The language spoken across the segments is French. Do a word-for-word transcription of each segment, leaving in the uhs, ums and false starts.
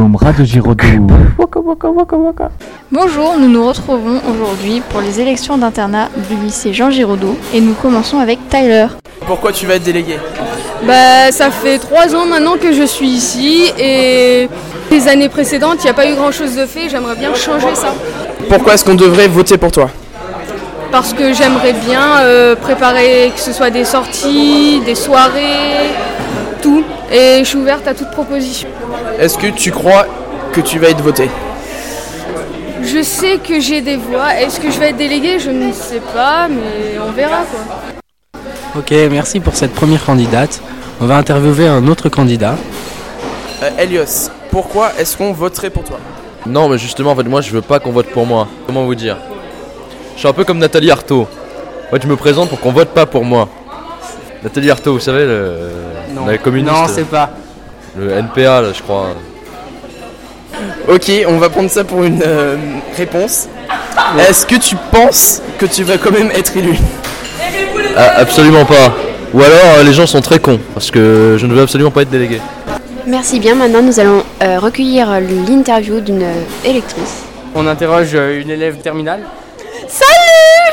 prénom Radio Giraudoux. Waka waka waka waka. Bonjour, nous nous retrouvons aujourd'hui pour les élections d'internat du lycée Jean Giraudoux et nous commençons avec Tyler. Pourquoi tu vas être délégué ? Bah, ça fait trois ans maintenant que je suis ici et les années précédentes, il n'y a pas eu grand chose de fait, j'aimerais bien changer ça. Pourquoi est-ce qu'on devrait voter pour toi ? Parce que j'aimerais bien euh, préparer que ce soit des sorties, des soirées, tout. Et je suis ouverte à toute proposition. Est-ce que tu crois que tu vas être voté ? Je sais que j'ai des voix. Est-ce que je vais être déléguée ? Je ne sais pas, mais on verra quoi. Ok, merci pour cette première candidate. On va interviewer un autre candidat. Euh, Elios, pourquoi est-ce qu'on voterait pour toi ? Non, mais justement, en fait, moi, je veux pas qu'on vote pour moi. Comment vous dire ? Je suis un peu comme Nathalie Arthaud. En fait, je me présente pour qu'on vote pas pour moi. Nathalie Arthaud, vous savez, le... Non, la communiste. non, c'est pas. Le N P A, là, je crois. Ok, on va prendre ça pour une euh, réponse. Ouais. Est-ce que tu penses que tu vas quand même être élu ? Ah, absolument pas. Ou alors, euh, les gens sont très cons, parce que je ne veux absolument pas être délégué. Merci bien, maintenant nous allons euh, recueillir l'interview d'une euh, électrice. On interroge euh, une élève terminale. Salut !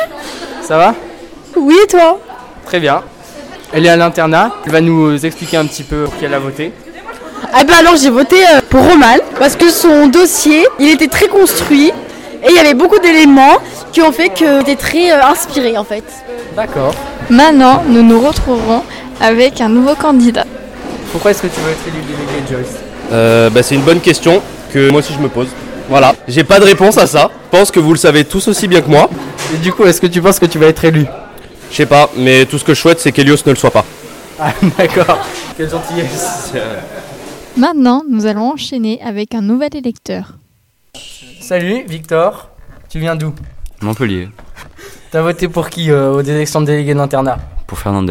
Ça va ? Oui, et toi ? Très bien. Elle est à l'internat, elle va nous expliquer un petit peu pour qui elle a voté. Ah ben alors j'ai voté euh, pour Roman, parce que son dossier, il était très construit, et il y avait beaucoup d'éléments qui ont fait que j'étais très euh, inspirée en fait. D'accord. Maintenant, nous nous retrouverons avec un nouveau candidat. Pourquoi est-ce que tu veux être élu délégué, Joyce ? euh, bah, C'est une bonne question que moi aussi je me pose. Voilà, j'ai pas de réponse à ça. Je pense que vous le savez tous aussi bien que moi. Et du coup, est-ce que tu penses que tu vas être élu ? Je sais pas, mais tout ce que je souhaite, c'est qu'Elios ne le soit pas. Ah, d'accord. Quelle gentillesse. Maintenant, nous allons enchaîner avec un nouvel électeur. Salut, Victor. Tu viens d'où ? Montpellier. T'as voté pour qui euh, aux élections de délégués d'internat ? Pour Fernandez.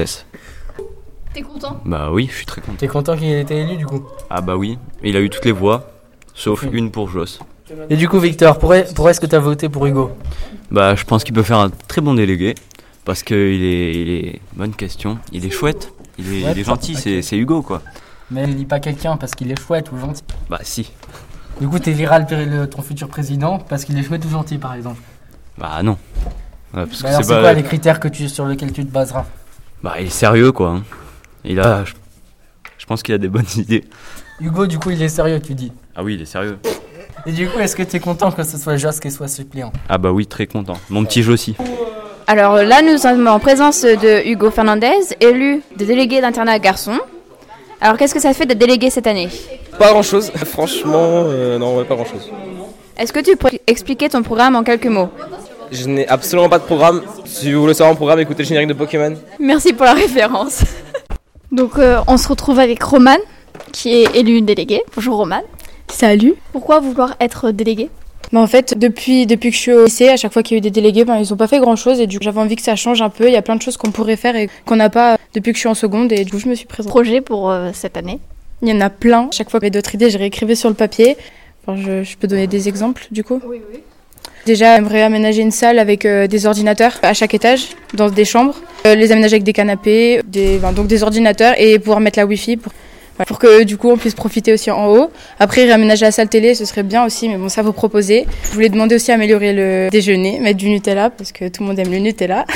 T'es content ? Bah oui, je suis très content. T'es content qu'il ait été élu du coup ? Ah bah oui, il a eu toutes les voix, sauf oui. une pour Joss. Et du coup, Victor, pourquoi, pourquoi est-ce que t'as voté pour Hugo ? Bah je pense qu'il peut faire un très bon délégué, parce qu'il est, il est... Bonne question, il est chouette, il est, ouais, il est gentil, okay. c'est, c'est Hugo quoi. Mais il dit pas quelqu'un parce qu'il est chouette ou gentil. Bah si. Du coup, t'éliras le, le, ton futur président parce qu'il est chouette ou gentil par exemple ? Bah non. Ouais, parce bah que alors c'est c'est pas... quoi les critères que tu, sur lesquels tu te baseras ? Bah il est sérieux quoi. Hein. Il a... Je, je pense qu'il a des bonnes idées. Hugo, du coup, il est sérieux, tu dis ? Ah oui, il est sérieux. Et du coup, est-ce que tu es content que ce soit Joss qui soit suppléant ? Ah bah oui, très content. Mon petit Jossi. Alors là, nous sommes en présence de Hugo Fernandez, élu de délégué d'internat garçon. Alors qu'est-ce que ça fait d'être délégué cette année ? Pas grand-chose, franchement, euh, non, ouais, pas grand-chose. Est-ce que tu pourrais expliquer ton programme en quelques mots ? Je n'ai absolument pas de programme. Si vous voulez savoir mon programme, écoutez le générique de Pokémon. Merci pour la référence. Donc euh, on se retrouve avec Roman, qui est élu délégué. Bonjour Roman. Salut. Pourquoi vouloir être délégué ? Bah en fait, depuis, depuis que je suis au lycée, à chaque fois qu'il y a eu des délégués, ben, ils n'ont pas fait grand-chose et du coup j'avais envie que ça change un peu. Il y a plein de choses qu'on pourrait faire et qu'on n'a pas depuis que je suis en seconde et du coup je me suis présentée. Projet pour euh, cette année ? Il y en a plein. Chaque fois qu'il y avait d'autres idées, je réécrivais sur le papier. Enfin, je, je peux donner des exemples du coup ? Oui, oui. Déjà, j'aimerais aménager une salle avec euh, des ordinateurs à chaque étage, dans des chambres. Euh, les aménager avec des canapés, des, enfin, donc des ordinateurs et pouvoir mettre la Wi-Fi pour, voilà, pour que du coup on puisse profiter aussi en haut. Après, réaménager la salle télé, ce serait bien aussi, mais bon, ça faut proposer. Je voulais demander aussi à améliorer le déjeuner, mettre du Nutella, parce que tout le monde aime le Nutella.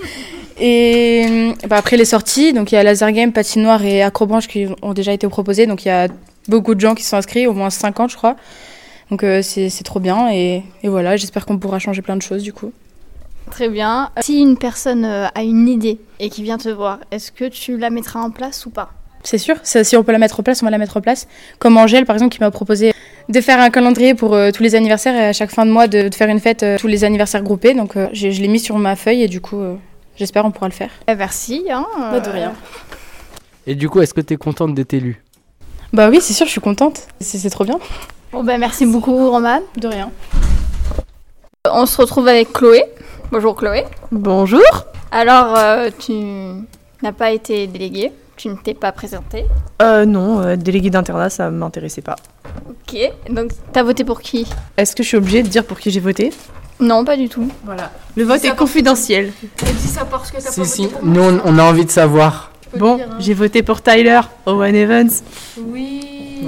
Et bah, après les sorties, donc il y a Laser Game, Patinoire et Acrobranche qui ont déjà été proposés. Donc il y a beaucoup de gens qui sont inscrits, au moins cinquante je crois. Donc euh, c'est, c'est trop bien et, et voilà, j'espère qu'on pourra changer plein de choses du coup. Très bien. Si une personne euh, a une idée et qui vient te voir, est-ce que tu la mettras en place ou pas ? C'est sûr, ça, si on peut la mettre en place, on va la mettre en place. Comme Angèle par exemple qui m'a proposé de faire un calendrier pour euh, tous les anniversaires et à chaque fin de mois de, de faire une fête euh, tous les anniversaires groupés. Donc euh, je l'ai mis sur ma feuille et du coup euh, j'espère on pourra le faire. Eh, merci. Hein, euh... Bah, de rien. Et du coup, est-ce que tu es contente d'être élue ? Bah oui, c'est sûr, je suis contente. C'est, c'est trop bien. Bon ben merci beaucoup Roman. De rien. On se retrouve avec Chloé. Bonjour Chloé. Bonjour. Alors euh, tu n'as pas été déléguée, tu ne t'es pas présentée. Euh non, euh, déléguée d'internat ça m'intéressait pas. Ok, donc t'as voté pour qui ? Est-ce que je suis obligée de dire pour qui j'ai voté ? Non, pas du tout. Voilà. Le vote est confidentiel. Dis ça parce que t'as si, pas si. voté pour moi. Nous on, on a envie de savoir. Bon, j'ai voté pour Tyler, Owen Evans. Oui. Voilà.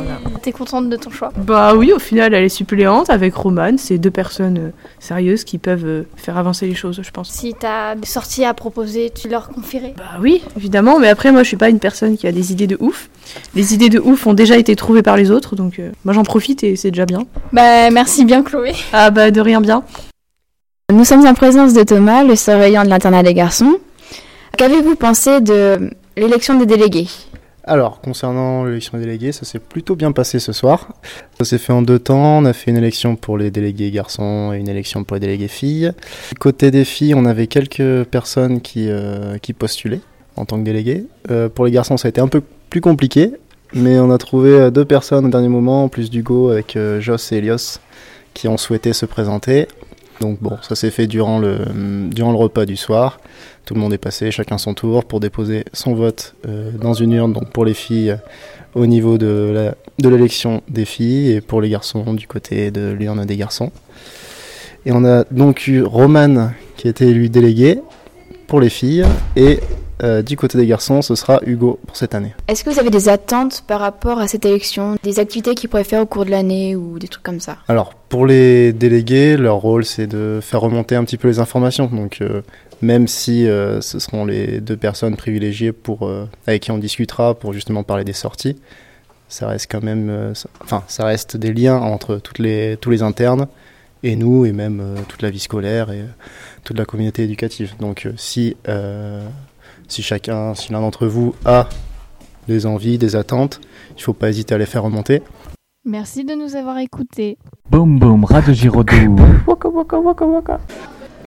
T'es contente de ton choix? Bah oui, au final, elle est suppléante avec Romane. C'est deux personnes euh, sérieuses qui peuvent euh, faire avancer les choses, je pense. Si t'as des sorties à proposer, tu leur confierais? Bah oui, évidemment, mais après, moi, je suis pas une personne qui a des idées de ouf. Les idées de ouf ont déjà été trouvées par les autres, donc euh, moi, j'en profite et c'est déjà bien. Bah merci bien, Chloé. Ah bah de rien bien. Nous sommes en présence de Thomas, le surveillant de l'internat des garçons. Qu'avez-vous pensé de l'élection des délégués? Alors, concernant l'élection des délégués, ça s'est plutôt bien passé ce soir. Ça s'est fait en deux temps. On a fait une élection pour les délégués garçons et une élection pour les délégués filles. Du côté des filles, on avait quelques personnes qui, euh, qui postulaient en tant que délégués. Euh, pour les garçons, ça a été un peu plus compliqué, mais on a trouvé deux personnes au dernier moment, en plus d'Hugo, avec euh, Joss et Elios, qui ont souhaité se présenter. Donc bon, ça s'est fait durant le, durant le repas du soir. Tout le monde est passé, chacun son tour, pour déposer son vote euh, dans une urne, donc pour les filles euh, au niveau de, la, de l'élection des filles et pour les garçons du côté de l'urne des garçons. Et on a donc eu Romane qui a été élu délégué pour les filles et euh, du côté des garçons, ce sera Hugo pour cette année. Est-ce que vous avez des attentes par rapport à cette élection? Des activités qu'ils pourraient faire au cours de l'année ou des trucs comme ça? Alors, pour les délégués, leur rôle, c'est de faire remonter un petit peu les informations. Donc, euh, même si euh, ce seront les deux personnes privilégiées pour, euh, avec qui on discutera pour justement parler des sorties, ça reste quand même, euh, ça, enfin, ça reste des liens entre toutes les, tous les internes et nous, et même euh, toute la vie scolaire et euh, toute la communauté éducative. Donc, euh, si, euh, si chacun, si l'un d'entre vous a des envies, des attentes, il ne faut pas hésiter à les faire remonter. Merci de nous avoir écoutés. Boum boum, Radio Giraudoux. Waka waka waka waka.